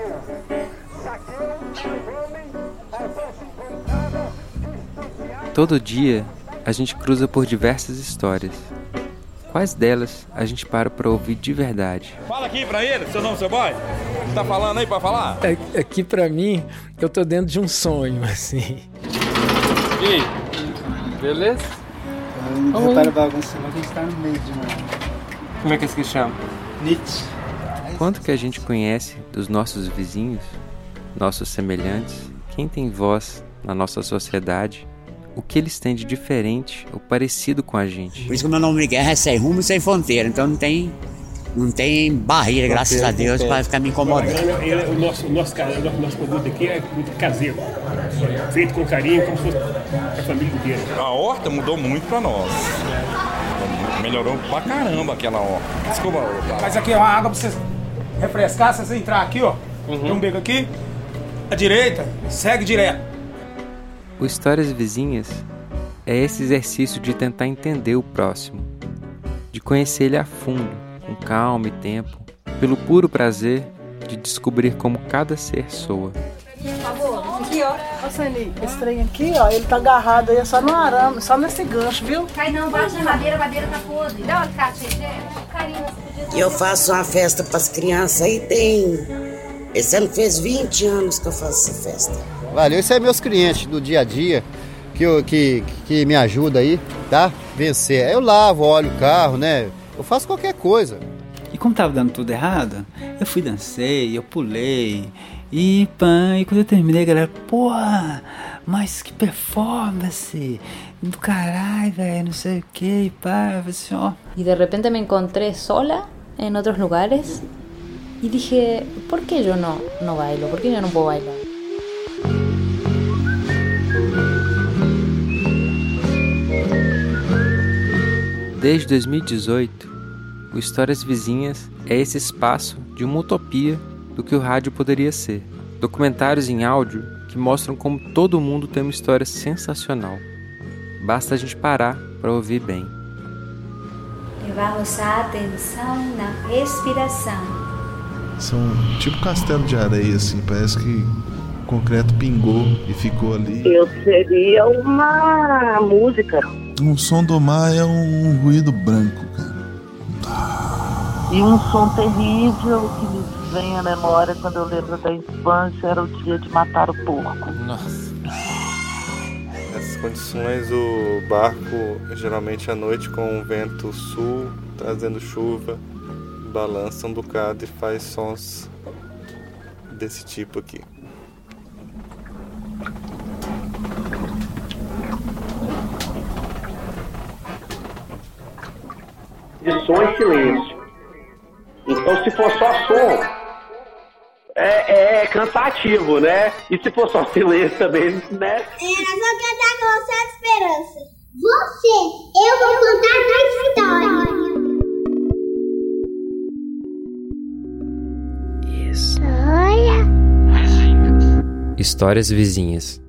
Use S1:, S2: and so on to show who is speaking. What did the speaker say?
S1: Todo dia a gente cruza por diversas histórias. Quais delas a gente para ouvir de verdade?
S2: Fala aqui pra ele, seu nome, seu boy. Você tá falando aí pra falar?
S3: Aqui pra mim, eu tô dentro de um sonho, assim.
S4: E aí? Beleza?
S5: Não repara bagunça, não, que a gente tá no meio de uma...
S4: Como é que se chama?
S5: Nietzsche.
S1: Quanto que a gente conhece dos nossos vizinhos, nossos semelhantes, quem tem voz na nossa sociedade, o que eles têm de diferente ou parecido com a gente?
S6: Por isso que o meu nome de guerra é Sem Rumo e Sem Fronteira, então não tem barreira, graças a Deus, para ficar me incomodando.
S7: O nosso produto aqui é muito caseiro, feito com carinho, como se fosse a família inteira.
S2: A horta mudou muito pra nós. Melhorou pra caramba aquela horta. Desculpa.
S8: Mas aqui é uma água pra você refrescar, se você entrar aqui, ó. Tem um beco aqui, à direita, segue direto.
S1: O Histórias Vizinhas é esse exercício de tentar entender o próximo, de conhecer ele a fundo, com calma e tempo, pelo puro prazer de descobrir como cada ser soa.
S9: Aqui, ó. Ó, Sandy, esse trem aqui, ó, ele tá agarrado aí só no arame, só nesse gancho, viu?
S10: Cai não, bate na madeira, a madeira tá podre. Dá uma caixa aí, carinho.
S11: Eu faço uma festa pras crianças aí, esse ano fez 20 anos que eu faço essa festa.
S12: Valeu, esses são meus clientes do dia a dia, que me ajuda aí, tá? Vencer. Eu lavo, olho o carro, né? Eu faço qualquer coisa.
S5: E como tava dando tudo errado, eu fui, dancei, eu pulei. E quando eu terminei, a galera, porra, mas que performance do caralho, velho, não sei o que, e pá, assim, ó.
S13: Y de repente me encontré sola en otros lugares y dije, ¿por qué yo no bailo? ¿Por qué yo no puedo bailar?
S1: Desde 2018, o Histórias Vizinhas é esse espaço de uma utopia do que o rádio poderia ser. Documentários em áudio que mostram como todo mundo tem uma história sensacional. Basta a gente parar para ouvir bem.
S10: Levamos a atenção na respiração.
S14: São tipo castelo de areia, assim, parece que o concreto pingou e ficou ali.
S15: Eu seria uma música.
S14: Um som do mar é um ruído branco, cara.
S15: E um som terrível que me vem à memória quando eu lembro da infância era o dia de matar o porco.
S4: Nossa.
S16: Nessas condições, o barco, geralmente à noite, com o vento sul, trazendo chuva, balança um bocado e faz sons desse tipo aqui.
S17: De som e silêncio. Então, se for só som, é cansativo, né? E se for só silêncio também, né?
S18: Nós vamos cantar com você a esperança. Eu vou contar a história.
S1: Histórias Vizinhas.